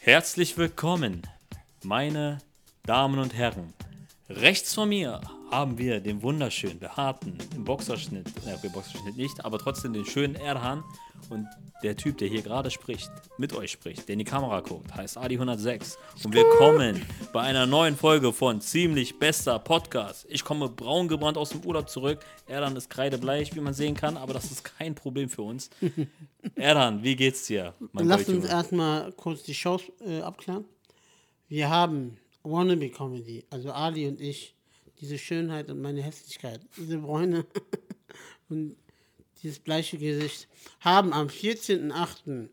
Herzlich willkommen, meine Damen und Herren. Rechts von mir haben wir den wunderschönen, behaarten, im Boxerschnitt, Boxerschnitt nicht, aber trotzdem den schönen Erhan. Und der Typ, der hier gerade spricht, mit euch spricht, der in die Kamera guckt, heißt Adi106. Und willkommen bei einer neuen Folge von Ziemlich Bester Podcast. Ich komme braun gebrannt aus dem Urlaub zurück. Erhan ist kreidebleich, wie man sehen kann, aber das ist kein Problem für uns. Erhan, wie geht's dir? Lass uns erstmal kurz die Shows abklären. Wir haben Wannabe Comedy, also Ali und ich, diese Schönheit und meine Hässlichkeit, diese Bräune und dieses bleiche Gesicht, haben am 14.8.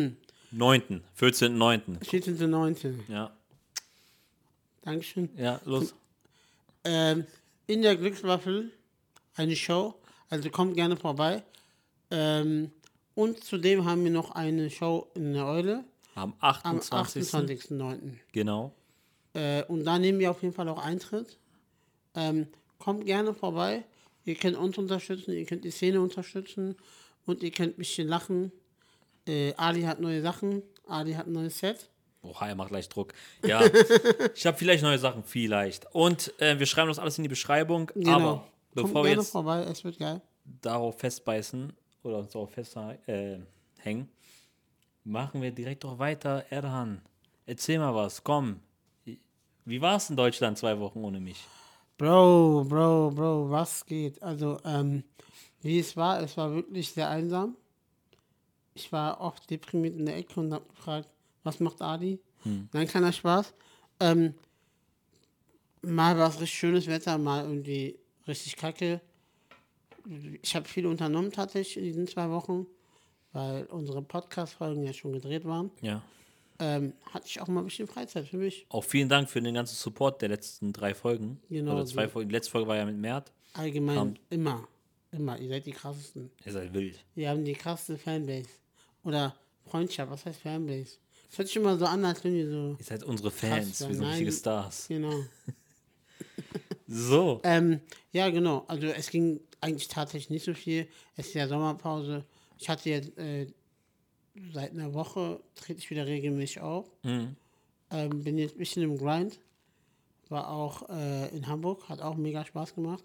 14.9. 14.9. Ja. Dankeschön. Ja, los. In der Glückswaffel eine Show, also kommt gerne vorbei. Und zudem haben wir noch eine Show in der Eule Am am 28. 28.9. Genau. Und da nehmen wir auf jeden Fall auch Eintritt. Kommt gerne vorbei. Ihr könnt uns unterstützen, ihr könnt die Szene unterstützen und ihr könnt ein bisschen lachen. Ali hat neue Sachen, Ali hat ein neues Set. Oha, er macht gleich Druck. Ja, ich habe vielleicht neue Sachen, vielleicht. Und wir schreiben das alles in die Beschreibung. Genau. Aber bevor Kommt wir gerne jetzt vorbei, es wird geil. darauf festbeißen oder uns darauf festhängen, machen wir direkt doch weiter. Erhan, erzähl mal was, komm. Wie war es in Deutschland 2 Wochen ohne mich? Bro, was geht? Also, wie es war wirklich sehr einsam. Ich war oft deprimiert in der Ecke und habe gefragt, was macht Ali? Nein, keiner Spaß. Mal war es richtig schönes Wetter, mal irgendwie richtig kacke. Ich habe viel unternommen tatsächlich in diesen 2 Wochen, weil unsere Podcast-Folgen ja schon gedreht waren. Ja. Hatte ich auch mal ein bisschen Freizeit für mich. Auch vielen Dank für den ganzen Support der letzten 3 Folgen. Genau, Oder 2 so. Folgen. Die letzte Folge war ja mit Mert. Allgemein, immer. Ihr seid die krassesten. Ihr seid wild. Wir haben die krasseste Fanbase. Oder Freundschaft, was heißt Fanbase? Das hört sich immer so an, als wenn wir so... Ihr seid unsere Fans. Krass, Wir sind nein. richtige Stars. Genau. So. Ja, genau. Also es ging eigentlich tatsächlich nicht so viel. Es ist ja Sommerpause. Ich hatte jetzt seit einer Woche trete ich wieder regelmäßig auf. Bin jetzt ein bisschen im Grind. War auch in Hamburg, hat auch mega Spaß gemacht.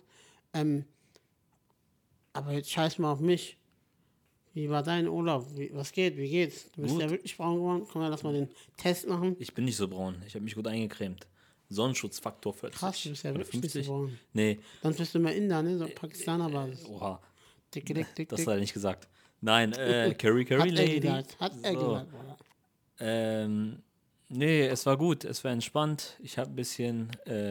Aber jetzt scheiß mal auf mich. Wie war dein Urlaub? Was geht? Wie geht's? Du bist Gut. ja wirklich braun geworden. Komm mal, lass mal den Test machen. Ich bin nicht so braun. Ich habe mich gut eingecremt. Sonnenschutzfaktor 40. Krass, du bist ja oder wirklich nicht so 50. braun. Nee, Sonst bist du immer Inder, ne? So Pakistaner-Basis. oha. Dick. Das hat er nicht gesagt. Nein, Curry Hat er Lady. gesagt. Hat er So. gesagt, Bruder. Nee, es war gut. Es war entspannt. Ich habe ein bisschen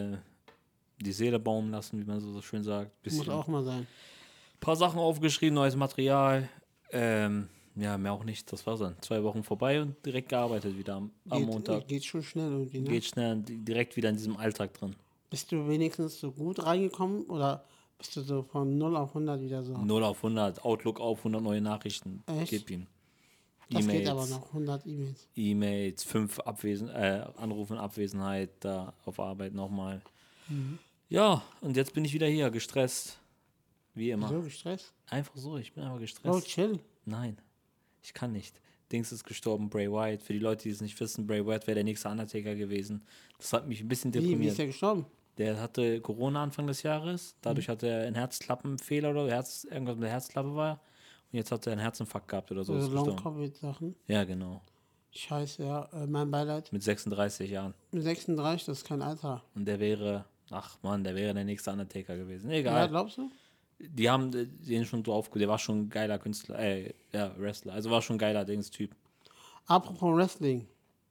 die Seele baumen lassen, wie man so schön sagt. Muss Bisschen auch mal sein. paar Sachen aufgeschrieben, neues Material. Ja, mehr auch nicht. Das war's dann. 2 Wochen vorbei und direkt gearbeitet wieder am Montag. Geht schon schnell irgendwie, ne? Geht schnell direkt wieder in diesem Alltag drin. Bist du wenigstens so gut reingekommen oder bist du so von 0 auf 100 wieder so? 0 auf 100, Outlook auf, 100 neue Nachrichten. Echt? Gib ihm. Das geht aber noch, 100 E-Mails. E-Mails, 5 Anrufe in Abwesenheit, da auf Arbeit nochmal. Ja, und jetzt bin ich wieder hier, gestresst. Wie immer. So gestresst? Einfach so, ich bin einfach Oh, gestresst. chill. Nein, ich kann nicht. Dings ist gestorben, Bray Wyatt. Für die Leute, die es nicht wissen, Bray Wyatt wäre der nächste Undertaker gewesen. Das hat mich ein bisschen Wie ist deprimiert. er gestorben? Der hatte Corona Anfang des Jahres. Dadurch hatte er einen Herzklappenfehler oder irgendwas mit der Herzklappe war. Und jetzt hat er einen Herzinfarkt gehabt oder so. So Ist gestorben. Long-Covid-Sachen. Ja, genau. Scheiße, ja. Mein Beileid. Mit 36 Jahren. Mit 36, das ist kein Alter. Und der wäre der nächste Undertaker gewesen. Ja, Egal. glaubst du? Die haben den schon drauf, der war schon ein geiler Künstler, Wrestler. Also war schon ein geiler Dings-Typ. Apropos Wrestling.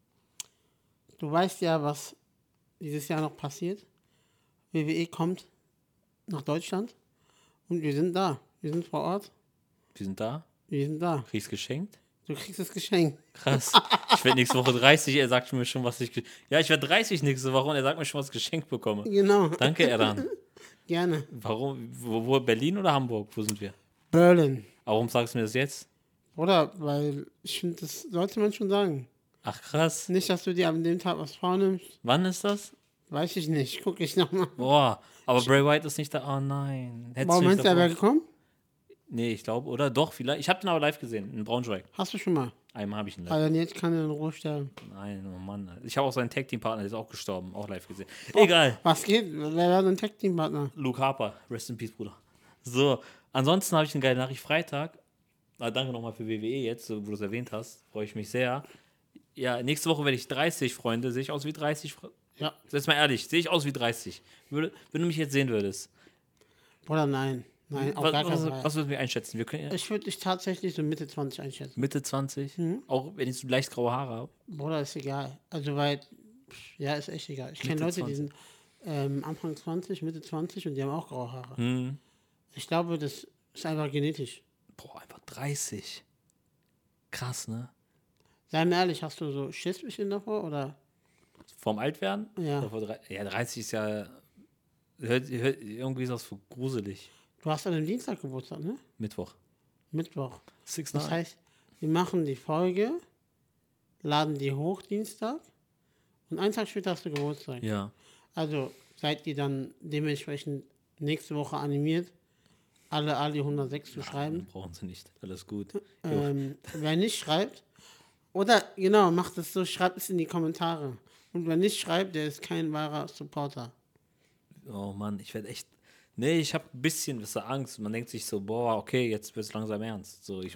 Du weißt ja, was dieses Jahr noch passiert. WWE kommt nach Deutschland und wir sind da. Wir sind vor Ort. Wir sind da. Wir sind da. Krieg's geschenkt. Du kriegst das Geschenk. Krass. Ich werde nächste Woche 30. Er sagt mir schon, was ich... Ja, ich werde 30 nächste Woche und er sagt mir schon, was ich geschenkt bekomme. Genau. Danke, Erdan. Gerne. Warum? Wo? Berlin oder Hamburg? Wo sind wir? Berlin. Aber warum sagst du mir das jetzt? Oder? Weil ich finde, das sollte man schon sagen. Ach, krass. Nicht, dass du dir an dem Tag was vornimmst. Wann ist das? Weiß ich nicht. Guck ich nochmal. Boah, aber Bray Wyatt ist nicht da. Oh nein. Warum meinst du, er wäre gekommen? Nee, ich glaube, oder? Doch, vielleicht. Ich habe den aber live gesehen, in Braunschweig. Hast du schon mal? Einmal habe ich ihn live. Also jetzt kann er in Ruhe sterben. Nein, oh Mann. Ich habe auch seinen Tag-Team-Partner, der ist auch gestorben, auch live gesehen. Egal. Was geht? Wer war dein Tag-Team-Partner? Luke Harper, rest in peace, Bruder. So, ansonsten habe ich eine geile Nachricht. Freitag, danke nochmal für WWE jetzt, so, wo du es erwähnt hast, freue ich mich sehr. Ja, nächste Woche werde ich 30, Freunde. Sehe ich aus wie 30? Ja. Jetzt mal ehrlich, sehe ich aus wie 30? Wenn du mich jetzt sehen würdest. Bruder, nein. Nein, auf gar keinen Fall. Was würdest du mir einschätzen? Wir können, Ich würde dich tatsächlich so Mitte 20 einschätzen. Mitte 20? Auch wenn ich so leicht graue Haare habe? Bruder, ist egal. Also, weil, ja, ist echt egal. Ich kenne Mitte Leute, 20. die sind Anfang 20, Mitte 20 und die haben auch graue Haare. Ich glaube, das ist einfach genetisch. Boah, einfach 30. Krass, ne? Sei mir ehrlich, hast du so Schiss bisschen davor oder? Vorm Altwerden? Ja. Oder ja, 30 ist ja. Irgendwie ist das so gruselig. Du hast an dem Dienstag Geburtstag, ne? Mittwoch. Mittwoch. 6 Das heißt, wir machen die Folge, laden die hoch Dienstag und einen Tag später hast du Geburtstag. Ja. Also seid ihr dann dementsprechend nächste Woche animiert, alle Ali 106 zu schreiben. Brauchen sie nicht. Alles gut. Wer nicht schreibt, oder genau, macht es so, schreibt es in die Kommentare. Und wer nicht schreibt, der ist kein wahrer Supporter. Oh Mann, ich werde echt. Nee, ich habe ein bisschen Angst. Man denkt sich so, boah, okay, jetzt wird es langsam ernst. Ich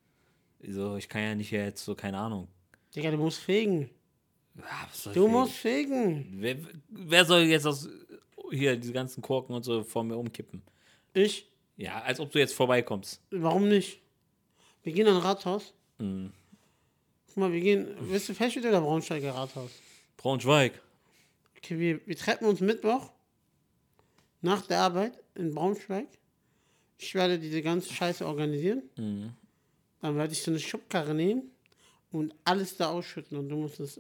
kann ja nicht jetzt so, keine Ahnung. Digga, du musst fegen. Ja, was soll Du ich musst fegen. wer soll jetzt hier diese ganzen Korken und so vor mir umkippen? Ich? Ja, als ob du jetzt vorbeikommst. Warum nicht? Wir gehen an ein Rathaus. Guck mal, willst du Feschwitz oder Braunschweiger Rathaus? Braunschweig. Okay, wir treffen uns Mittwoch nach der Arbeit in Braunschweig. Ich werde diese ganze Scheiße organisieren. Dann werde ich so eine Schubkarre nehmen und alles da ausschütten und du musst es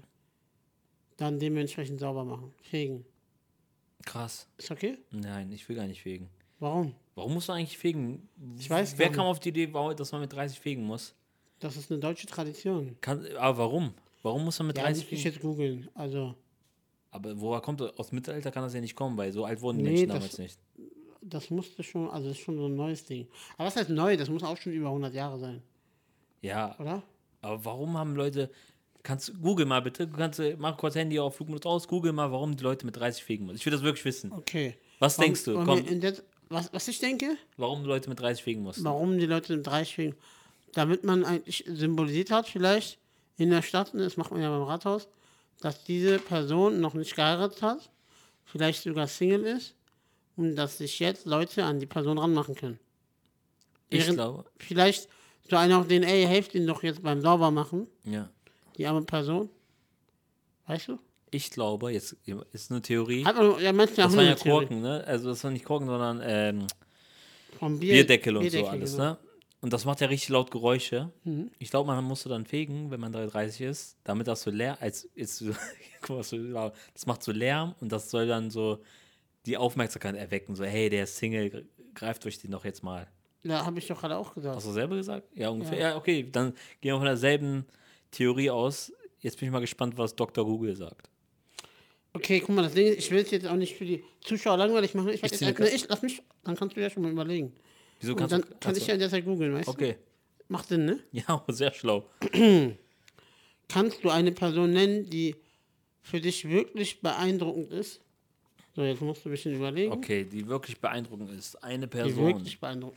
dann dementsprechend sauber machen. Fegen. Krass. Ist okay? Nein, ich will gar nicht fegen. Warum? Warum musst du eigentlich fegen? Ich weiß Wer gar kam nicht. auf die Idee, dass man mit 30 fegen muss? Das ist eine deutsche Tradition. Aber warum? Warum muss man mit Ja, 30 muss ich fegen? jetzt googeln. Also, Aber woher kommt das? Aus dem Mittelalter kann das ja nicht kommen, weil so alt wurden die Nee, Menschen das- damals nicht. das musste schon, also das ist schon so ein neues Ding. Aber was heißt neu? Das muss auch schon über 100 Jahre sein, Ja, oder? aber warum haben Leute. Google mal bitte, mach kurz Handy auf Flugmodus aus, google mal, warum die Leute mit 30 fegen müssen. Ich will das wirklich wissen. Okay. Was denkst du? Wollen Komm, wir was ich denke? warum Leute mit 30 fegen mussten? Warum die Leute mit 30 fegen? Damit man eigentlich symbolisiert hat, vielleicht in der Stadt, das macht man ja beim Rathaus, dass diese Person noch nicht geheiratet hat, vielleicht sogar Single ist und dass sich jetzt Leute an die Person ranmachen können. Ich Während glaube, Vielleicht so einer auf den, ey, helft ihn doch jetzt beim Saubermachen, ja. die arme Person. Weißt du? Ich glaube, jetzt ist eine Theorie. Hat man, ja, manchmal Das auch waren ja eine Theorie. Korken, ne? Also das waren nicht Korken, sondern Vom Bierdeckel und so Bierdeckel, alles, genau. ne? Und das macht ja richtig laut Geräusche. Ich glaube, man musste dann fegen, wenn man 30 ist, damit das so Lärm, guck mal, das macht so Lärm und das soll dann so die Aufmerksamkeit erwecken, so, hey, der ist Single, greift euch den doch jetzt mal. Ja, habe ich doch gerade auch gesagt. Hast du selber gesagt? Ja, ungefähr. Ja, okay, dann gehen wir von derselben Theorie aus. Jetzt bin ich mal gespannt, was Dr. Google sagt. Okay, guck mal, das Ding ist, ich will es jetzt auch nicht für die Zuschauer langweilig machen. Ich, zieh eine lass mich, dann kannst du ja schon mal überlegen. Wieso Und kannst dann du. kann ich ja derzeit googeln, weißt Okay. du? Macht Sinn, ne? Ja, sehr schlau. Kannst du eine Person nennen, die für dich wirklich beeindruckend ist? So, jetzt musst du ein bisschen überlegen. Okay, die wirklich beeindruckend ist. Eine Die Person. wirklich beeindruckend.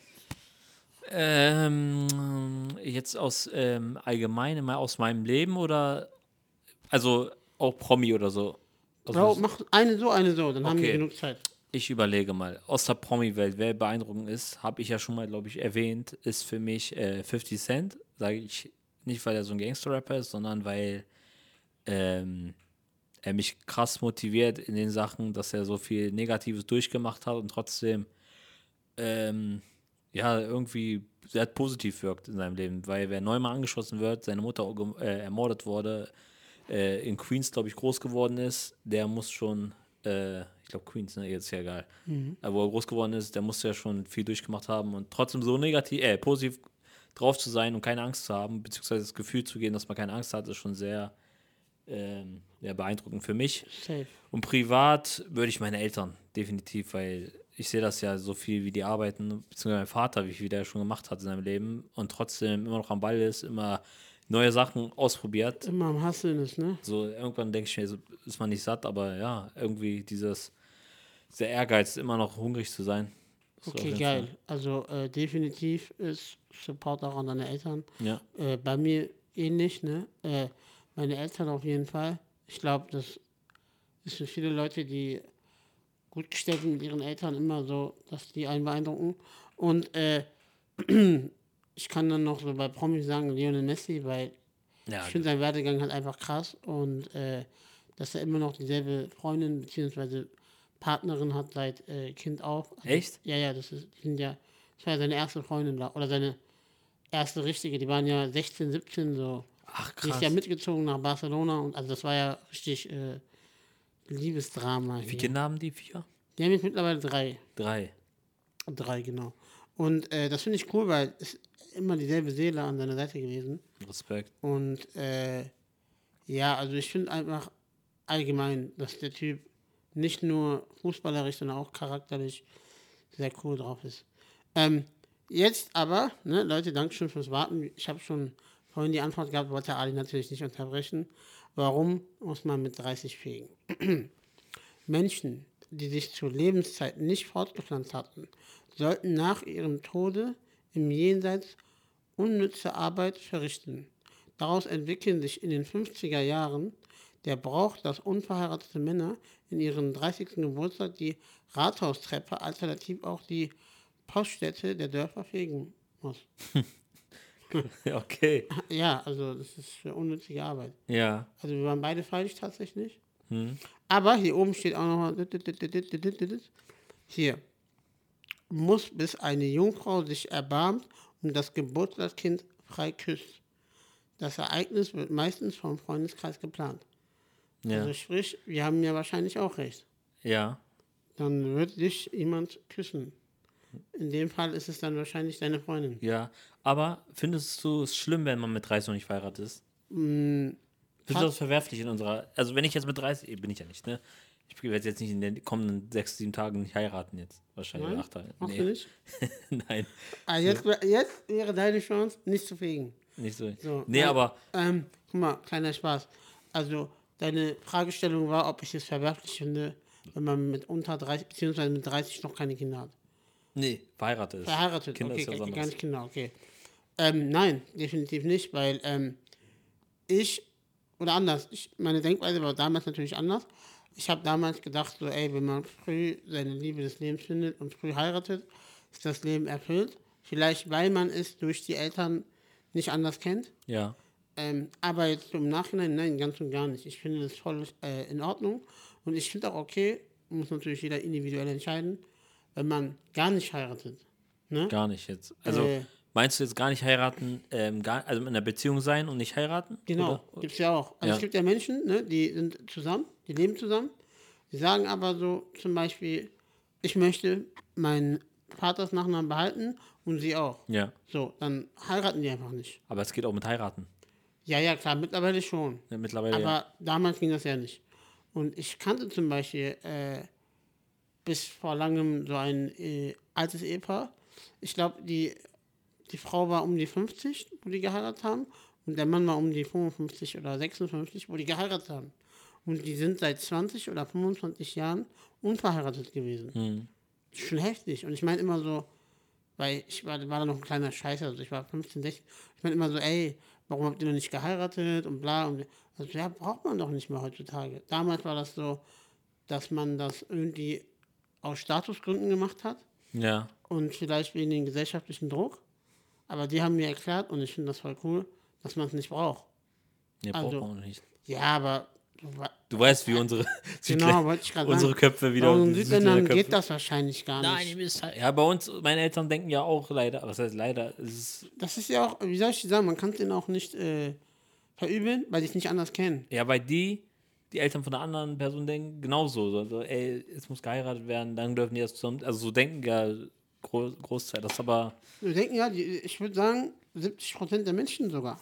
Jetzt aus allgemein mal aus meinem Leben oder also auch Promi oder so. Also, Bro, mach eine so, dann haben wir Okay. genug Zeit. ich überlege mal, aus der Promi-Welt, wer beeindruckend ist, habe ich ja schon mal, glaube ich, erwähnt, ist für mich 50 Cent. Sage ich nicht, weil er so ein Gangster-Rapper ist, sondern weil er mich krass motiviert in den Sachen, dass er so viel Negatives durchgemacht hat und trotzdem ja, irgendwie sehr positiv wirkt in seinem Leben, weil wer neunmal angeschossen wird, seine Mutter ermordet wurde, in Queens, glaube ich, groß geworden ist, der muss schon, ich glaube Queens, ne, jetzt ist ja egal, aber wo er groß geworden ist, der muss ja schon viel durchgemacht haben und trotzdem so positiv drauf zu sein und keine Angst zu haben, beziehungsweise das Gefühl zu gehen, dass man keine Angst hat, ist schon sehr beeindruckend für mich. Safe. Und privat würde ich meine Eltern definitiv, weil ich sehe das ja so viel, wie die arbeiten, beziehungsweise mein Vater, wie viel der schon gemacht hat in seinem Leben und trotzdem immer noch am Ball ist, immer neue Sachen ausprobiert. Immer am Hasseln ist, ne? So irgendwann denke ich mir, so ist man nicht satt, aber ja, irgendwie dieser Ehrgeiz, immer noch hungrig zu sein. Ist auf Okay, jeden geil. Fall. Also definitiv ist Support auch an deine Eltern. Ja. Bei mir ähnlich, ne? Meine Eltern auf jeden Fall. Ich glaube, das ist für viele Leute, die gut gestellt sind mit ihren Eltern, immer so, dass die einen beeindrucken. Und ich kann dann noch so bei Promis sagen, Lionel Messi, weil Ja, ich finde seinen Werdegang halt einfach krass und dass er immer noch dieselbe Freundin bzw. Partnerin hat seit Kind auf. Also, echt? ja, ja, das war ja seine erste Freundin da, oder seine erste richtige, die waren ja 16, 17 so. Ach, Die ist krass. ja mitgezogen nach Barcelona und also das war ja richtig Liebesdrama Wie hier. Kinder haben die? 4? Die haben jetzt mittlerweile drei. 3. Drei, genau. Und das finde ich cool, weil es ist immer dieselbe Seele an seiner Seite gewesen. Respekt. Und ja, also ich finde einfach allgemein, dass der Typ nicht nur fußballerisch, sondern auch charakterlich sehr cool drauf ist. Jetzt aber, ne, Leute, Dankeschön fürs Warten. Ich habe schon vorhin die Antwort gehabt, wollte Ali natürlich nicht unterbrechen. Warum muss man mit 30 fegen? Menschen, die sich zur Lebenszeit nicht fortgepflanzt hatten, sollten nach ihrem Tode im Jenseits unnütze Arbeit verrichten. Daraus entwickeln sich in den 50er Jahren der Brauch, dass unverheiratete Männer in ihrem 30. Geburtstag die Rathaustreppe, alternativ auch die Poststätte der Dörfer fegen muss. Okay. Ja, also das ist für unnützige Arbeit. Ja. Also wir waren beide falsch tatsächlich. Aber hier oben steht auch nochmal, hier, muss bis eine Jungfrau sich erbarmt und das Geburtstagskind frei küsst. Das Ereignis wird meistens vom Freundeskreis geplant. Ja. Also sprich, wir haben ja wahrscheinlich auch recht. Ja. Dann wird dich jemand küssen. In dem Fall ist es dann wahrscheinlich deine Freundin. Ja. Aber findest du es schlimm, wenn man mit 30 noch nicht verheiratet ist? Findest du das verwerflich in unserer. Also, wenn ich jetzt mit 30. Bin ich ja nicht, ne? Ich werde jetzt nicht in den kommenden 6, 7 Tagen nicht heiraten jetzt. Wahrscheinlich. Nein? 8 Tage. Machst du nicht? Nein. Ah, jetzt wäre deine Chance, nicht zu fegen. Nicht so. So, Nee, weil, aber. guck mal, kleiner Spaß. Also, deine Fragestellung war, ob ich es verwerflich finde, wenn man mit unter 30, beziehungsweise mit 30 noch keine Kinder hat. Nee, verheiratet ist. Verheiratet, Kinder okay, ist ja was gar anderes. nicht Kinder, okay. Nein, definitiv nicht, weil meine Denkweise war damals natürlich anders. Ich habe damals gedacht, so, ey, wenn man früh seine Liebe des Lebens findet und früh heiratet, ist das Leben erfüllt. Vielleicht, weil man es durch die Eltern nicht anders kennt. Ja. Aber jetzt so im Nachhinein, nein, ganz und gar nicht. Ich finde das voll in Ordnung. Und ich finde auch okay, muss natürlich jeder individuell entscheiden, wenn man gar nicht heiratet. Ne? Gar nicht jetzt. Also, meinst du jetzt gar nicht heiraten, also in einer Beziehung sein und nicht heiraten? Genau, Oder? gibt es ja auch. Also Ja. es gibt ja Menschen, ne, die sind zusammen, die leben zusammen. Die sagen aber so zum Beispiel, ich möchte meinen Vaters Nachnamen behalten und sie auch. Ja. So, dann heiraten die einfach nicht. Aber es geht auch mit heiraten. Ja, ja, klar, mittlerweile schon. Ja, mittlerweile. Aber Ja. damals ging das ja nicht. Und ich kannte zum Beispiel bis vor langem so ein altes Ehepaar. Ich glaube, die Frau war um die 50, wo die geheiratet haben. Und der Mann war um die 55 oder 56, wo die geheiratet haben. Und die sind seit 20 oder 25 Jahren unverheiratet gewesen. Schon heftig. Und ich meine immer so, weil ich war da noch ein kleiner Scheißer, also ich war 15, 16. Ich meine immer so, ey, warum habt ihr noch nicht geheiratet und bla. Und also ja, braucht man doch nicht mehr heutzutage. Damals war das so, dass man das irgendwie aus Statusgründen gemacht hat Ja. und vielleicht wegen dem gesellschaftlichen Druck. Aber die haben mir erklärt, und ich finde das voll cool, dass man es nicht braucht. Nee, Also, braucht man auch nicht. Ja, aber Du weißt, wie unsere, genau, wollte ich gerade unsere sagen. Köpfe wieder. Bei unseren die Südländern Südländerköpfe. geht das wahrscheinlich gar Nein, nicht. ihr müsst halt. Ja, bei uns, meine Eltern denken ja auch leider. Was heißt leider? Es ist, Das ist ja auch, wie soll ich sagen, man kann es denen auch nicht verübeln, weil die es nicht anders kennen. ja, weil die Eltern von der anderen Person denken genauso. So, ey, es muss geheiratet werden, dann dürfen die das zusammen. Also so denken ja Großteil. Das ist aber. Wir denken ja, ich würde sagen, 70% der Menschen sogar.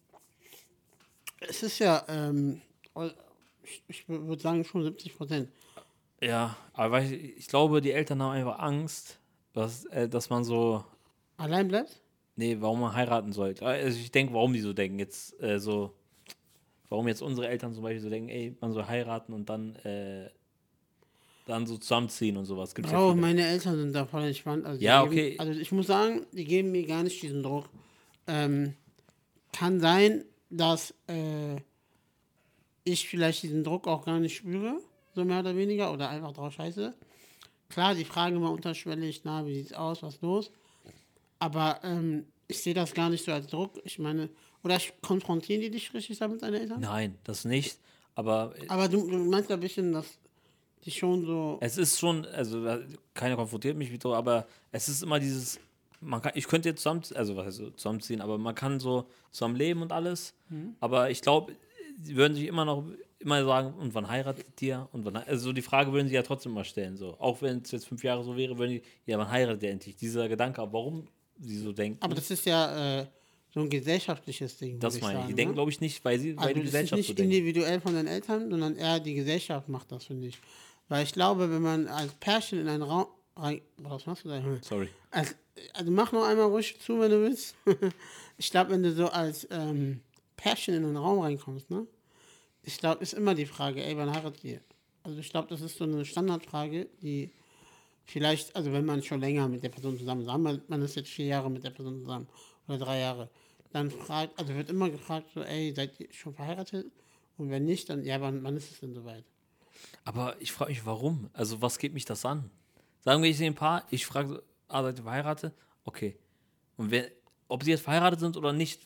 Es ist ja, ich würde sagen schon 70%. Ja, aber ich glaube, die Eltern haben einfach Angst, dass man so. Allein bleibt? Nee, warum man heiraten sollte. Also ich denke, warum die so denken. Jetzt warum jetzt unsere Eltern zum Beispiel so denken, ey, man soll heiraten und dann so zusammenziehen und sowas. Gibt's ja Bro, viele. meine Eltern sind da voll entspannt. Ja, okay. Also ich muss sagen, die geben mir gar nicht diesen Druck. Ähm, Kann sein, dass ich vielleicht diesen Druck auch gar nicht spüre, so mehr oder weniger, oder einfach drauf scheiße. Klar, die fragen immer unterschwellig, na, wie sieht's aus, was los? Aber ich sehe das gar nicht so als Druck. Ich meine, oder konfrontieren die dich richtig damit, deine Eltern? Nein, das nicht. Aber Aber du meinst ja ein bisschen, dass die schon so. es ist schon, also keiner konfrontiert mich wieder, aber es ist immer dieses, ich könnte jetzt also was heißt so, zusammenziehen, aber man kann so zusammen leben und alles. Aber ich glaube, sie würden sich immer sagen, und wann heiratet ihr? Und wann, also die Frage würden sie ja trotzdem mal stellen. So. Auch wenn es jetzt 5 Jahre so wäre, würden die, ja, wann heiratet ihr endlich? Dieser Gedanke, aber warum sie so denken, Aber das ist ja so ein gesellschaftliches Ding, würde das ich meine ich. Die sagen. denken, Ne? glaube ich, nicht, weil die Also das ist Gesellschaft so nicht denkt. individuell von den Eltern, sondern eher die Gesellschaft macht das, finde ich. Weil ich glaube, wenn man als Pärchen in einen Raum rein. Was machst du da? Sorry. Also mach noch einmal ruhig zu, wenn du willst. Ich glaube, wenn du so als Pärchen in einen Raum reinkommst, ne? Ich glaube, ist immer die Frage, ey, wann heiratet ihr? Also ich glaube, das ist so eine Standardfrage, die vielleicht, also wenn man schon länger mit der Person zusammen ist, sagen wir, man ist jetzt 4 Jahre mit der Person zusammen oder 3 Jahre, dann fragt, also wird immer gefragt, so, ey, seid ihr schon verheiratet? Und wenn nicht, dann, ja, wann ist es denn soweit? Aber ich frage mich, warum? Also, was geht mich das an? Sagen wir, ich sehe ein Paar, ich frage so, seid ihr verheiratet? Okay. Und ob sie jetzt verheiratet sind oder nicht,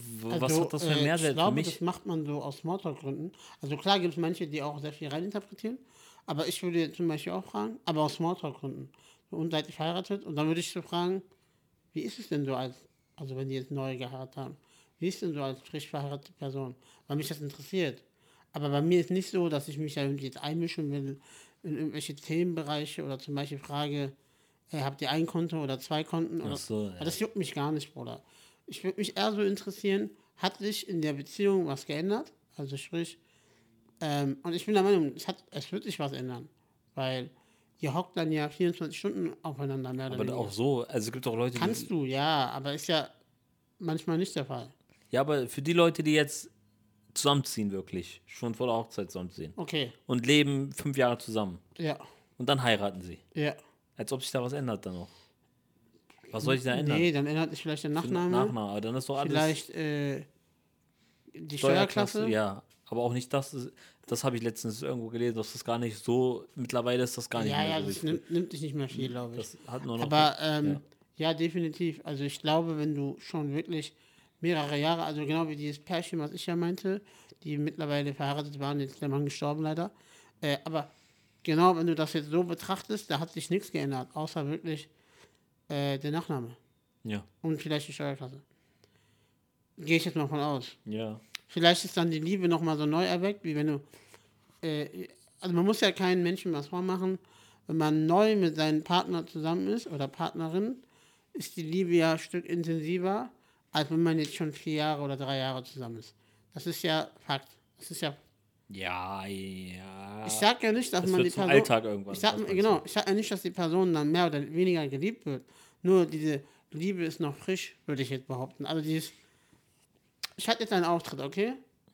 was Also, hat das für einen ich Mehrwert für glaube, das mich? macht man so aus Smalltalk-Gründen. Also klar gibt es manche, die auch sehr viel reininterpretieren, aber ich würde zum Beispiel auch fragen, aber aus Smalltalk-Gründen. So, und seid ihr verheiratet? Und dann würde ich so fragen, wie ist es denn so also wenn die jetzt neu geheiratet haben, wie ist denn so als frisch verheiratete Person? Weil mich das interessiert. Aber bei mir ist nicht so, dass ich mich da irgendwie jetzt einmischen will in irgendwelche Themenbereiche oder zum Beispiel frage, habt ihr ein Konto oder 2 Konten? Ach Oder, so, weil ja. das juckt mich gar nicht, Bruder. Ich würde mich eher so interessieren, hat sich in der Beziehung was geändert? Also sprich, und ich bin der Meinung, es wird sich was ändern. Weil ihr hockt dann ja 24 Stunden aufeinander, mehr oder Aber auch weniger. so, also es gibt auch Leute, Kannst du, ja, aber ist ja manchmal nicht der Fall. ja, aber für die Leute, die jetzt zusammenziehen, wirklich, schon vor der Hochzeit zusammenziehen Okay, und leben 5 Jahre zusammen ja, und dann heiraten sie, ja. als ob sich da was ändert dann noch. Was soll sich da ändern? Nee, dann ändert sich vielleicht der Für Nachname, Nachname, aber dann ist doch alles vielleicht die Steuerklasse, Steuerklasse. ja. Aber auch nicht das habe ich letztens irgendwo gelesen, dass das gar nicht so, mittlerweile ist das gar nicht Ja, mehr ja, so das wichtig. nimmt dich nicht mehr viel, glaube ich. Das hat nur noch, Aber ja. ja, definitiv. Also ich glaube, wenn du schon wirklich mehrere Jahre, also genau wie dieses Pärchen, was ich ja meinte, die mittlerweile verheiratet waren, jetzt ist der Mann gestorben leider. Aber genau, wenn du das jetzt so betrachtest, da hat sich nichts geändert, außer wirklich der Nachname Ja, und vielleicht die Steuerklasse. Gehe ich jetzt mal von aus. ja. Vielleicht ist dann die Liebe nochmal so neu erweckt, wie wenn du also man muss ja keinen Menschen was vormachen. Wenn man neu mit seinem Partner zusammen ist oder Partnerin, ist die Liebe ja ein Stück intensiver, als wenn man jetzt schon 4 Jahre oder 3 Jahre zusammen ist. Das ist ja Fakt. Das ist ja. Ja, ja. Ich sag ja nicht, dass Es man die wird zum Person. Alltag irgendwann. Ich sag, was meinst genau, ich sag ja nicht, dass die Person dann mehr oder weniger geliebt wird. Nur diese Liebe ist noch frisch, würde ich jetzt behaupten. Also dieses. Ich hatte jetzt einen Auftritt, okay?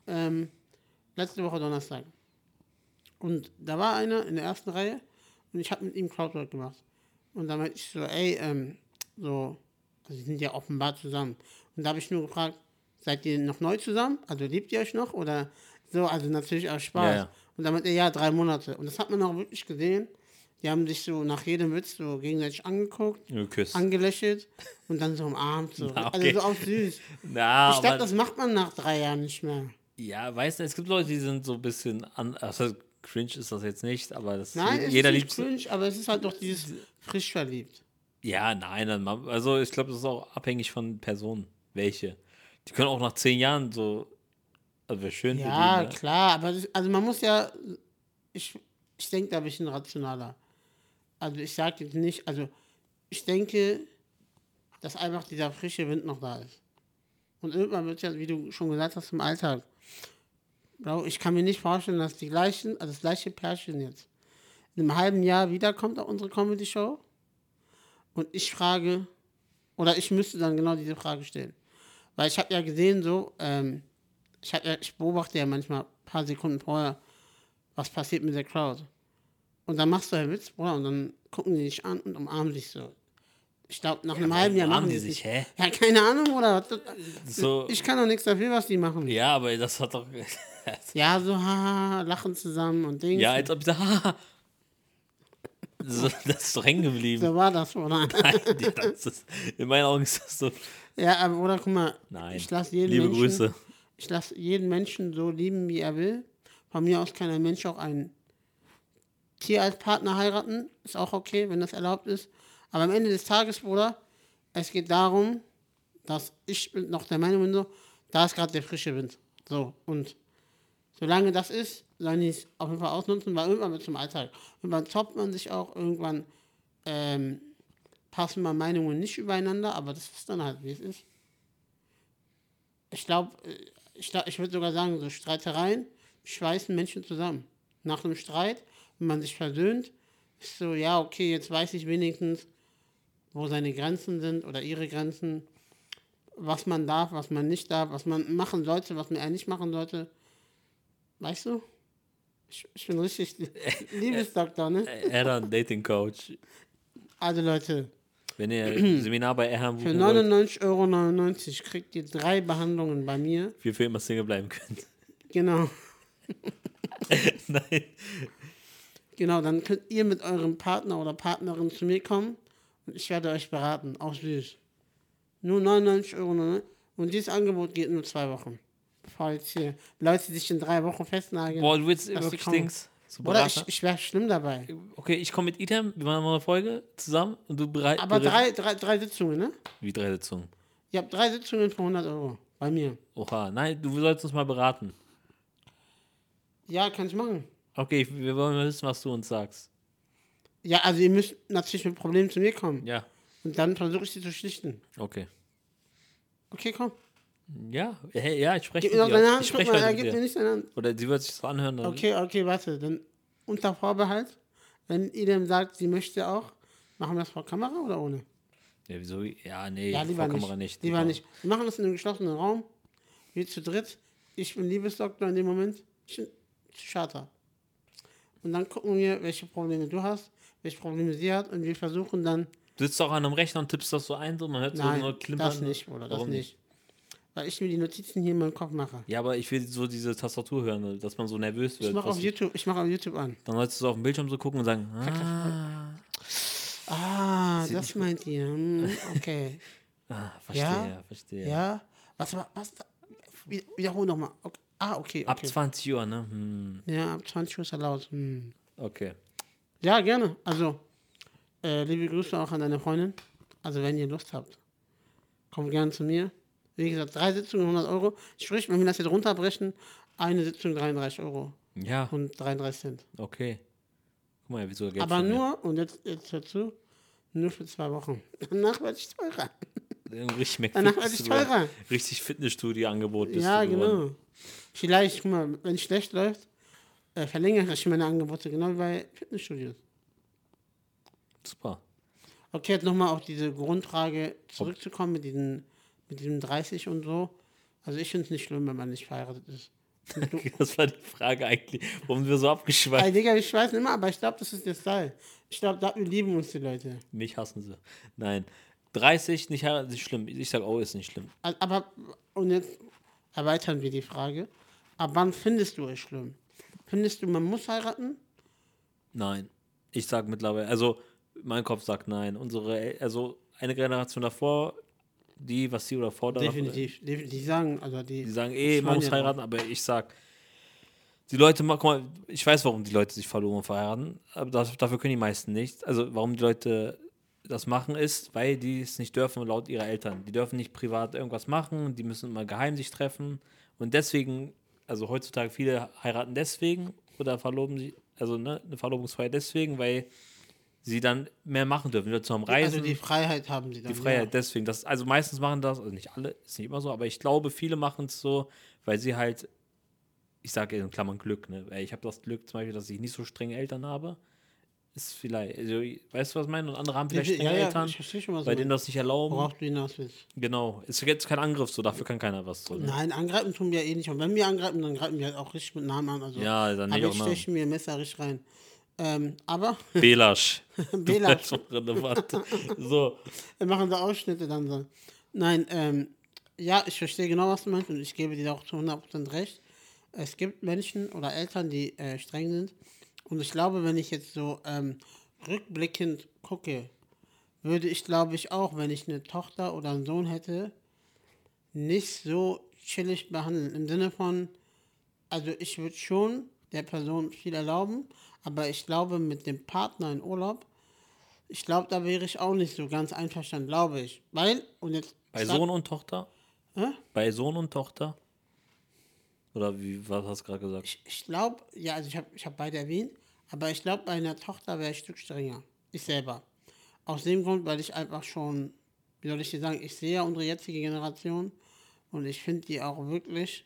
Letzte Woche Donnerstag. Und da war einer in der ersten Reihe und ich habe mit ihm Crowdwork gemacht. Und dann meinte ich so, ey, so, also die sind ja offenbar zusammen. Und da habe ich nur gefragt, seid ihr noch neu zusammen? Also liebt ihr euch noch? Oder so, also natürlich aus Spaß. Ja, ja. Und dann meinte er, ja, 3 Monate. Und das hat man auch wirklich gesehen. Die haben sich so nach jedem Witz so gegenseitig angeguckt, du? Geküsst. angelächelt und dann so umarmt. So. Na, Also okay. so auch süß. Na, Ich glaube, aber, das macht man nach 3 Jahren nicht mehr. ja, weißt du, es gibt Leute, die sind so ein bisschen also cringe ist das jetzt nicht, aber Nein, es jeder ist liebt nicht cringe, aber es ist halt doch dieses frisch verliebt. Ja, nein, also ich glaube, das ist auch abhängig von Personen, welche. Die können auch nach 10 Jahren so, also wäre schön für die, Ja, ne? klar, aber also man muss ja, ich, ich denke da ein bisschen rationaler. Also ich sage jetzt nicht, also ich denke, dass einfach dieser frische Wind noch da ist. Und irgendwann wird ja, wie du schon gesagt hast, im Alltag. Bro, ich kann mir nicht vorstellen, dass also das gleiche Pärchen jetzt in einem halben Jahr wiederkommt auf unsere Comedy-Show und ich frage, Oder ich müsste dann genau diese Frage stellen. Weil ich habe ja gesehen, so, ich beobachte ja manchmal ein paar Sekunden vorher, was passiert mit der Crowd. Und dann machst du einen Witz, Bruder, und dann gucken die dich an und umarmen dich so. Ich glaube, nach einem halben Jahr umarmen machen die die sich, es nicht. hä? Ja, keine Ahnung, oder? So, Ich kann doch nichts dafür, was die machen. ja, aber das hat doch. Ja, so, haha, lachen zusammen und Dings. Ja, als ob ich da. Haha. So, das ist doch hängen geblieben. So war das, oder? Nein, ja, das ist, in meinen Augen ist das so. Ja, aber, oder, guck mal, Nein. ich lasse jeden Liebe Menschen, Grüße. ich lasse jeden Menschen so lieben, wie er will. Von mir aus kann ein Mensch auch ein Tier als Partner heiraten. Ist auch okay, wenn das erlaubt ist. Aber am Ende des Tages, Bruder, es geht darum, dass ich noch der Meinung bin, so, da ist gerade der frische Wind. So, und solange das ist, sollen die es auf jeden Fall ausnutzen, weil irgendwann wird es zum Alltag. Irgendwann toppt man sich auch, irgendwann passen mal Meinungen nicht übereinander, aber das ist dann halt, wie es ist. Ich glaube, ich würde sogar sagen, so Streitereien schweißen Menschen zusammen. Nach einem Streit, wenn man sich versöhnt, ist so, ja, okay, jetzt weiß ich wenigstens, wo seine Grenzen sind oder ihre Grenzen, was man darf, was man nicht darf, was man machen sollte, was man eher nicht machen sollte. Weißt du? Ich bin richtig Liebesdoktor, ne? Erhan Dating Coach. Also Leute, Wenn ihr ein Seminar bei Erhan für buchen wollt, 99,99 € kriegt ihr 3 Behandlungen bei mir. wie ihr für immer Single bleiben könnt. Genau. Nein. Genau, dann könnt ihr mit eurem Partner oder Partnerin zu mir kommen und ich werde euch beraten. Auch süß. Nur 99,99 €. Und dieses Angebot geht nur 2 Wochen. Falls hier Leute sich in 3 Wochen festnageln. Boah, du willst dass sie wirklich kommen. Dings. So Oder Berater? ich wäre schlimm dabei. Okay, ich komme mit Idem, wir machen mal eine Folge zusammen und du bereit. Aber drei Sitzungen, ne? Wie 3 Sitzungen? Ihr habt 3 Sitzungen für 100 € bei mir. Oha, nein, du sollst uns mal beraten. Ja, kann ich machen. Okay, wir wollen mal wissen, was du uns sagst. Ja, also ihr müsst natürlich mit Problemen zu mir kommen. Ja, Und dann versuche ich sie zu schlichten. okay. Okay, komm. Ja, hey, ja, ich spreche Gib mir mit noch deine dir. Hand. Ich Guck spreche mal, heute er mit gibt mir dir. nicht seine Hand. Oder sie wird sich das anhören. Dann Okay, warte. Dann unter Vorbehalt, wenn Idem sagt, sie möchte auch, machen wir das vor Kamera oder ohne? Ja, wieso? Ja, nee, Ja, lieber vor Kamera nicht. nicht. Lieber nicht. Wir machen das in einem geschlossenen Raum. Wir zu dritt. Ich bin Liebesdoktor in dem Moment. Ich bin Psychiater. Und dann gucken wir, welche Probleme du hast, welche Probleme sie hat. Und wir versuchen dann. Du sitzt auch an einem Rechner und tippst das so ein, so man hört so Nein, nur klimpern. das nicht, oder? Das Warum nicht. Weil ich mir die Notizen hier in meinem Kopf mache. Ja, aber ich will so diese Tastatur hören, dass man so nervös wird. Ich mache was auf YouTube an. Dann sollst du so auf dem Bildschirm so gucken und sagen, Das meint ihr. Okay. verstehe, verstehe. Ja. Was? Wiederhol nochmal. Okay. Okay. Ab 20 Uhr, ne? Ja, ab 20 Uhr ist erlaubt. Okay. Ja, gerne. Also, liebe Grüße auch an deine Freundin. Also, wenn ihr Lust habt, kommt gerne zu mir. Wie gesagt, 3 Sitzungen, 100 €. Sprich, wenn wir das jetzt runterbrechen, eine Sitzung 33 € Ja, und 33 Cent. okay. Guck mal, wieso Geld Aber von mir. nur, und jetzt hör zu, nur für 2 Wochen. Danach werde ich teurer. Richtig Danach werde ich teurer. Richtig Fitnessstudio-Angebot bist Ja, du geworden. genau. Vielleicht, guck mal, wenn es schlecht läuft, verlängere ich meine Angebote, genau wie bei Fitnessstudios. Super. Okay, jetzt nochmal auf diese Grundfrage zurückzukommen mit diesem 30 und so. Also ich finde es nicht schlimm, wenn man nicht verheiratet ist. Das war die Frage eigentlich, warum wir so Ey, abgeschweift. Digga, ich weiß nicht immer, aber ich glaube, das ist der Style. Ich glaube, da lieben uns die Leute. Mich hassen sie. Nein. 30 nicht heiraten ist nicht schlimm. Ich sag, oh, ist nicht schlimm. Aber, und jetzt erweitern wir die Frage. Ab wann findest du es schlimm? Findest du, man muss heiraten? Nein. Ich sag mittlerweile, also mein Kopf sagt nein. Also eine Generation davor, was sie oder vor danach, Definitiv. Die sagen, also die die sagen, man schwören muss ja heiraten, aber ich sag, die Leute, guck mal, ich weiß, warum die Leute sich verloben und verheiraten, aber dafür können die meisten nicht. Also warum die Leute das machen ist, weil die es nicht dürfen laut ihrer Eltern. Die dürfen nicht privat irgendwas machen, die müssen immer geheim sich treffen und deswegen, also heutzutage viele heiraten deswegen oder verloben sich, also ne, eine Verlobungsfeier deswegen, weil sie dann mehr machen dürfen, wieder zum Reisen. Also die Freiheit haben sie dann. Die Freiheit, deswegen. Also meistens machen das, also nicht alle, ist nicht immer so, aber ich glaube, viele machen es so, weil sie halt, ich sage in Klammern Glück, ne? Weil ich habe das Glück zum Beispiel, dass ich nicht so strenge Eltern habe. ist vielleicht, also, weißt du, was ich meine? Und andere haben vielleicht Ja, strenge ja, Eltern, ich verstehe schon, was bei du denen meinst. das nicht erlauben. Worauf du hinaus willst. Genau. Ist jetzt kein Angriff, so, dafür kann keiner was. So, ne? Nein, angreifen tun wir eh nicht. Und wenn wir angreifen, dann greifen wir halt auch richtig mit Namen an. Also, Ja, dann nicht aber auch ich Namen. steche mir Messer richtig rein. Aber, Belasch. Belasch. Relevant. So. Wir machen da Ausschnitte dann so. Nein, ja, ich verstehe genau, was du meinst und ich gebe dir auch zu 100% recht. Es gibt Menschen oder Eltern, die streng sind. Und ich glaube, wenn ich jetzt so rückblickend gucke, würde ich, glaube ich, auch, wenn ich eine Tochter oder einen Sohn hätte, nicht so chillig behandeln. Im Sinne von, also ich würde schon der Person viel erlauben, aber ich glaube, mit dem Partner in Urlaub, ich glaube, da wäre ich auch nicht so ganz einverstanden, glaube ich. Weil, und jetzt, Bei Sohn und Tochter? Hä? Bei Sohn und Tochter? Oder wie, was hast du gerade gesagt? ich glaube, ja, also ich hab beide erwähnt, aber ich glaube, bei einer Tochter wäre ich ein Stück strenger. Ich selber. Aus dem Grund, weil ich einfach schon, wie soll ich dir sagen, ich sehe ja unsere jetzige Generation und ich finde die auch wirklich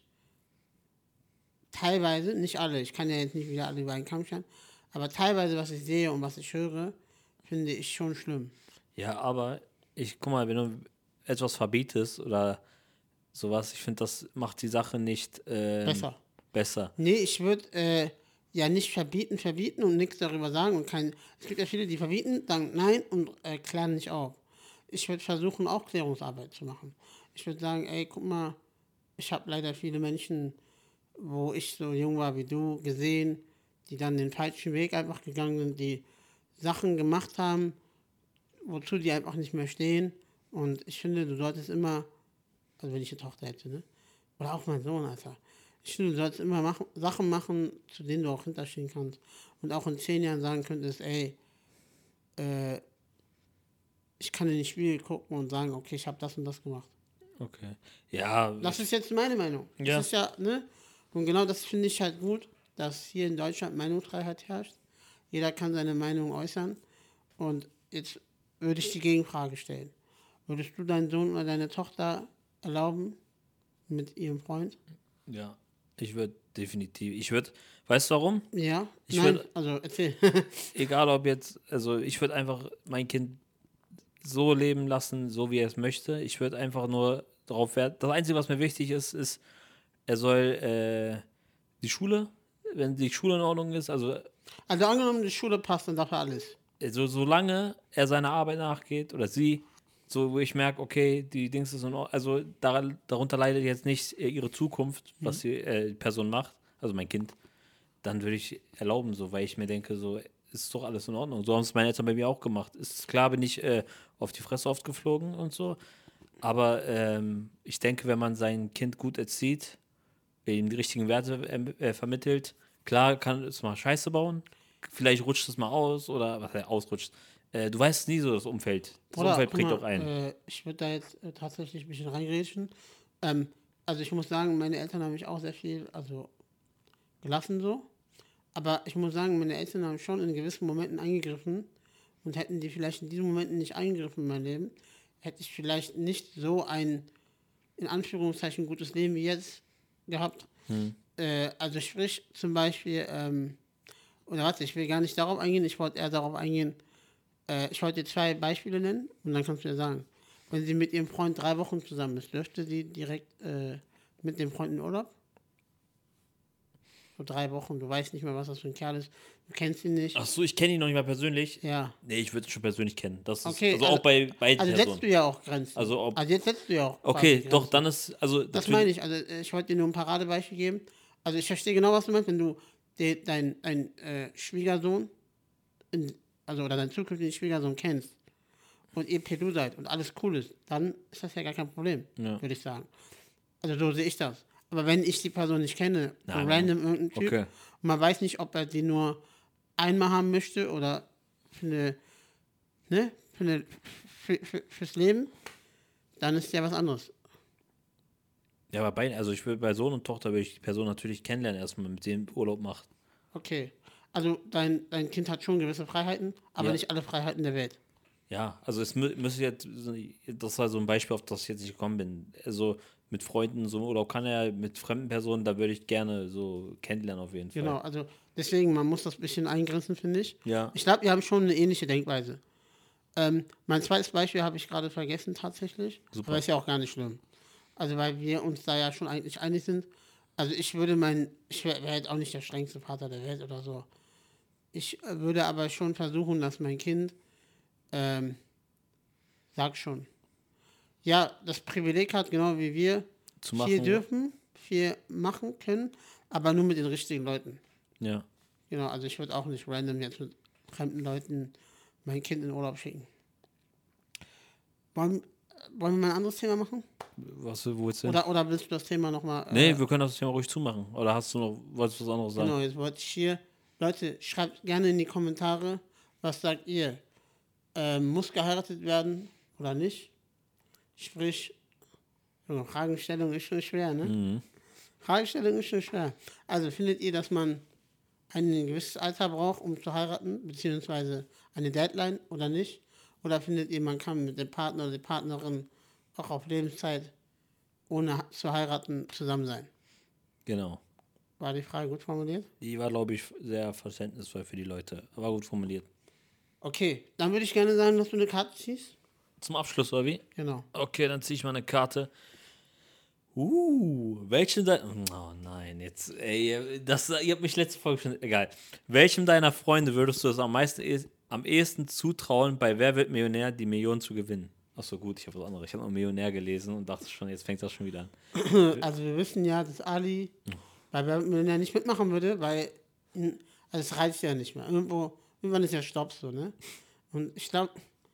teilweise, nicht alle, ich kann ja jetzt nicht wieder alle über einen Kamm scheren, aber teilweise, was ich sehe und was ich höre, finde ich schon schlimm. Ja, aber guck mal, wenn du etwas verbietest oder sowas, ich finde, das macht die Sache nicht Besser. besser. Nee, ich würde ja nicht verbieten und nichts darüber sagen. Und es gibt ja viele, die verbieten, sagen nein und klären nicht auf. Ich würde versuchen, Aufklärungsarbeit zu machen. Ich würde sagen, ey, guck mal, ich habe leider viele Menschen, wo ich so jung war wie du, gesehen, die dann den falschen Weg einfach gegangen sind, die Sachen gemacht haben, wozu die einfach nicht mehr stehen. Und ich finde, du solltest immer, also wenn ich eine Tochter hätte, ne? Oder auch mein Sohn, Alter. Ich finde, du sollst immer Sachen machen, zu denen du auch hinterstehen kannst. Und auch in 10 Jahren sagen könntest, ey, ich kann in die Spiegel gucken und sagen, okay, ich habe das und das gemacht. Okay. Ja, Das ist jetzt meine Meinung. Ja. Das ist ja, ne? Und genau das finde ich halt gut, dass hier in Deutschland Meinungsfreiheit herrscht. Jeder kann seine Meinung äußern. Und jetzt würde ich die Gegenfrage stellen. Würdest du deinen Sohn oder deine Tochter erlauben mit ihrem Freund? ja. Ich würde definitiv, weißt du warum? Ja? Ich Nein? würd- Also erzähl. Egal ob jetzt, also ich würde einfach mein Kind so leben lassen, so wie er es möchte. Ich würde einfach nur darauf Wert. Das Einzige, was mir wichtig ist, er soll die Schule, wenn die Schule in Ordnung ist, also Angenommen, die Schule passt, dann darf er alles. solange er seiner Arbeit nachgeht oder sie, so wo ich merke, okay, die Dings ist in Ordnung, also darunter leidet jetzt nicht ihre Zukunft, was die Person macht, also mein Kind, dann würde ich erlauben, so, weil ich mir denke, so ist doch alles in Ordnung. So haben es meine Eltern bei mir auch gemacht. Ist klar, bin ich auf die Fresse oft geflogen und so, aber ich denke, wenn man sein Kind gut erzieht, ihm die richtigen Werte vermittelt, klar kann es mal Scheiße bauen, vielleicht rutscht es mal aus oder was er ausrutscht. Du weißt nie so das Umfeld. Das Oder, Umfeld guck prägt mal, auch ein. ich würde da jetzt tatsächlich ein bisschen reingrätschen. Also ich muss sagen, meine Eltern haben mich auch sehr viel, also gelassen so. Aber ich muss sagen, meine Eltern haben schon in gewissen Momenten eingegriffen und hätten die vielleicht in diesen Momenten nicht eingegriffen in mein Leben, hätte ich vielleicht nicht so ein, in Anführungszeichen, gutes Leben wie jetzt gehabt. Also sprich zum Beispiel, oder warte, ich will gar nicht darauf eingehen, ich wollte eher darauf eingehen, ich wollte dir 2 Beispiele nennen und dann kannst du ja sagen, wenn sie mit ihrem Freund 3 Wochen zusammen ist, dürfte sie direkt mit dem Freund in Urlaub? So 3 Wochen, du weißt nicht mal, was das für ein Kerl ist, du kennst ihn nicht. Ach so, ich kenne ihn noch nicht mal persönlich. Ja. Nee, ich würde ihn schon persönlich kennen. Das ist, Okay, also auch bei beiden also Personen. setzt du ja auch Grenzen. Also jetzt setzt du ja auch Okay, quasi doch, Grenzen. dann ist, also Das meine ich, also ich wollte dir nur ein Paradebeispiel geben. Also ich verstehe genau, was du meinst, wenn du deinen Schwiegersohn, oder deinen zukünftigen Schwiegersohn kennst und ihr Pedu seid und alles cool ist, dann ist das ja gar kein Problem, Ja. würde ich sagen. Also so sehe ich das. Aber wenn ich die Person nicht kenne, so Nein, random irgendein Typ, Okay. und man weiß nicht, ob er die nur einmal haben möchte oder für eine, ne, fürs Leben, dann ist ja was anderes. Ja, aber also ich würde bei Sohn und Tochter würde ich die Person natürlich kennenlernen, erstmal mit dem Urlaub macht. Okay. Also dein Kind hat schon gewisse Freiheiten, aber Ja. nicht alle Freiheiten der Welt. Ja, also es müsste jetzt, das war so ein Beispiel, auf das ich jetzt nicht gekommen bin. Also mit Freunden so, oder kann er mit fremden Personen, da würde ich gerne so kennenlernen auf jeden Fall. Genau, also deswegen, man muss das ein bisschen eingrenzen, finde ich. Ja. Ich glaube, wir haben schon eine ähnliche Denkweise. Mein zweites Beispiel habe ich gerade vergessen tatsächlich, Super. aber ist ja auch gar nicht schlimm. Also weil wir uns da ja schon eigentlich einig sind. Also ich wäre jetzt auch nicht der strengste Vater der Welt oder so. Ich würde aber schon versuchen, dass mein Kind, sag schon, ja, das Privileg hat, genau wie wir, Zu viel machen. dürfen, viel machen können, aber nur mit den richtigen Leuten. Ja. Genau, also ich würde auch nicht random jetzt mit fremden Leuten mein Kind in Urlaub schicken. Wollen, wollen wir mal ein anderes Thema machen? Wo jetzt hin? Oder willst du das Thema nochmal? Nee, wir können das Thema ruhig zumachen. Oder wolltest du was anderes sagen? Genau, jetzt wollte ich hier, Leute, schreibt gerne in die Kommentare, was sagt ihr? Muss geheiratet werden oder nicht? Sprich, Fragestellung ist schon schwer, ne? Fragestellung ist schon schwer. Also findet ihr, dass man ein gewisses Alter braucht, um zu heiraten, beziehungsweise eine Deadline oder nicht? Oder findet ihr, man kann mit dem Partner oder der Partnerin auch auf Lebenszeit, ohne zu heiraten, zusammen sein? Genau. War die Frage gut formuliert? Die war, glaube ich, sehr verständnisvoll für die Leute. War gut formuliert. Okay, dann würde ich gerne sagen, dass du eine Karte ziehst. Zum Abschluss, oder wie? Genau. Okay, dann ziehe ich mal eine Karte. Welchen deiner... Oh nein, jetzt... Ey, ihr habt mich letzte Folge schon... Egal. Welchem deiner Freunde würdest du es am ehesten zutrauen, bei Wer wird Millionär die Million zu gewinnen? Achso, gut, ich habe was anderes. Ich habe noch Millionär gelesen und dachte schon, jetzt fängt das schon wieder an. Also wir wissen ja, dass Ali bei Wer wird Millionär nicht mitmachen würde, weil also es reicht ja nicht mehr. Irgendwann ist ja Stopp so, ne? Und ich glaube,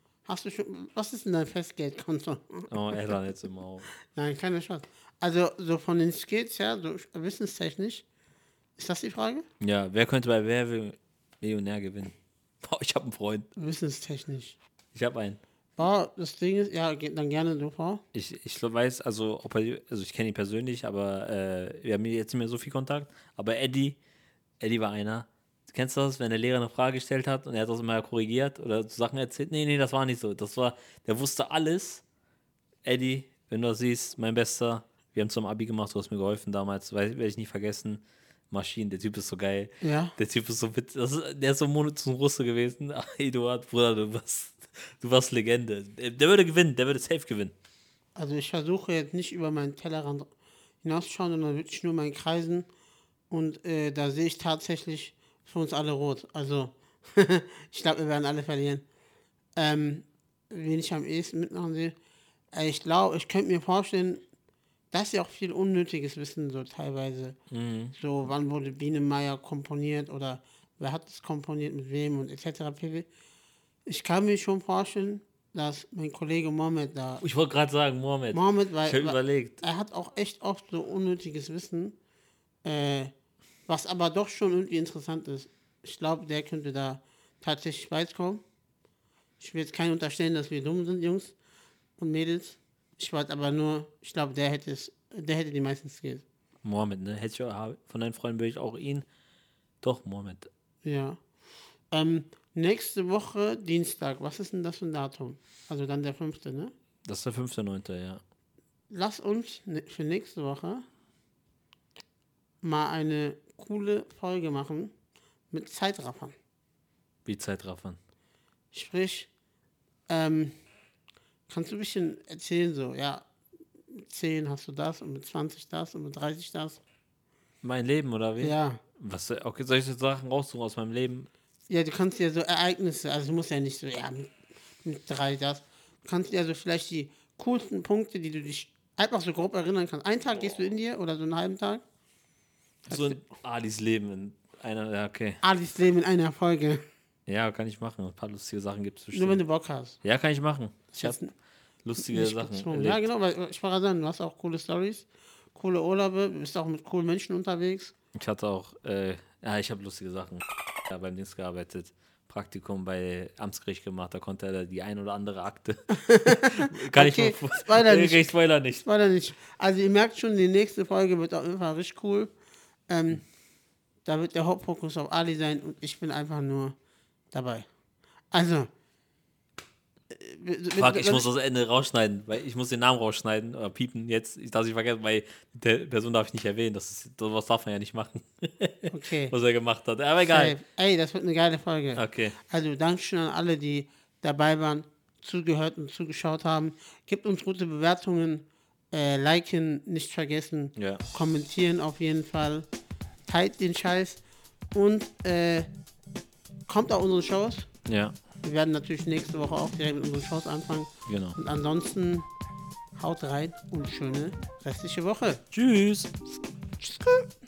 was ist denn dein Festgeldkonto? Oh, Eltern jetzt immer auf. Nein, keine Chance. Also so von den Skills her, so wissenstechnisch, ist das die Frage? Ja, wer könnte bei Wer wird Millionär gewinnen? Oh, ich habe einen Freund. Wissensstechnisch. Ich habe einen. Boah, das Ding ist, ja, dann gerne du vor. Ich weiß, also, also ich kenne ihn persönlich, aber wir haben jetzt nicht mehr so viel Kontakt. Aber Eddie war einer. Kennst du das, wenn der Lehrer eine Frage gestellt hat und er hat das immer korrigiert oder so Sachen erzählt? Nee, das war nicht so. Der wusste alles. Eddie, wenn du das siehst, mein Bester. Wir haben zum Abi gemacht, du hast mir geholfen damals, werde ich nie vergessen. Maschinen, der Typ ist so geil. Ja. Der Typ ist so witzig. Der ist so monoton Russe gewesen. Ach, Eduard, Bruder, du warst Legende. Der würde gewinnen, der würde safe gewinnen. Also ich versuche jetzt nicht über meinen Tellerrand hinauszuschauen, sondern wirklich nur meinen Kreisen. Und da sehe ich tatsächlich für uns alle rot. Also ich glaube, wir werden alle verlieren. Wen ich am ehesten mitmachen sehe. Ich glaube, ich könnte mir vorstellen, dass ja auch viel unnötiges Wissen so teilweise. So, wann wurde Biene Meier komponiert oder wer hat es komponiert, mit wem und etc. pp. Ich kann mir schon vorstellen, dass mein Kollege Mohammed da. Ich wollte gerade sagen, Mohammed. Weil Ich habe überlegt. er hat auch echt oft so unnötiges Wissen, was aber doch schon irgendwie interessant ist. Ich glaube, der könnte da tatsächlich weit kommen. Ich will jetzt keinen unterstellen, dass wir dumm sind, Jungs und Mädels. Ich wollte aber nur, ich glaube, der hätte die meisten Skills. Mohammed, ne? Hätte ich auch, von deinen Freunden würde ich auch ihn. Doch, Mohammed. Ja. Nächste Woche Dienstag, was ist denn das für ein Datum? Also dann der 5., ne? Das ist der 5.9., ja. Lass uns für nächste Woche mal eine coole Folge machen mit Zeitraffern. Wie Zeitraffern. Sprich, kannst du ein bisschen erzählen, so, ja, mit 10 hast du das und mit 20 das und mit 30 das? Mein Leben, oder wie? Ja. Okay, soll ich so Sachen raussuchen aus meinem Leben? Ja, du kannst ja so Ereignisse, also du musst ja nicht so, ja, mit 3 das. Du kannst ja so vielleicht die coolsten Punkte, die du dich einfach so grob erinnern kannst. Einen Tag gehst du in dir oder so einen halben Tag? So ein Alis Leben in einer, ja, okay. Alis Leben in einer Folge. Ja, kann ich machen. Ein paar lustige Sachen gibt es Nur wenn bestimmt. du Bock hast. Ja, kann ich machen. Ich Jetzt habe lustige nicht Sachen gezwungen. erlebt. Ja, genau, weil ich war sagen, du hast auch coole Stories, coole Urlaube, du bist auch mit coolen Menschen unterwegs. Ich hatte auch, ich habe lustige Sachen. Ja, beim Dienst gearbeitet. Praktikum bei Amtsgericht gemacht, da konnte er die ein oder andere Akte. Kann Okay, ich mal Spoiler nicht. Ich spoiler nicht. Spoiler nicht. Also ihr merkt schon, die nächste Folge wird auf jeden Fall richtig cool. Da wird der Hauptfokus auf Ali sein und ich bin einfach nur dabei. Also, Fuck, ich muss das Ende rausschneiden, weil ich muss den Namen rausschneiden oder piepen jetzt. Ich darf nicht vergessen, weil der Person darf ich nicht erwähnen. Sowas darf man ja nicht machen. Okay. Was er gemacht hat. Aber egal. Ey, das wird eine geile Folge. Okay. Also Dankeschön an alle, die dabei waren, zugehört und zugeschaut haben. Gebt uns gute Bewertungen, liken, nicht vergessen, Ja. kommentieren auf jeden Fall, teilt den Scheiß und kommt auf unsere Shows. Ja. Wir werden natürlich nächste Woche auch direkt mit unseren Shows anfangen. Genau. Und ansonsten haut rein und schöne restliche Woche. Tschüss. Tschüss.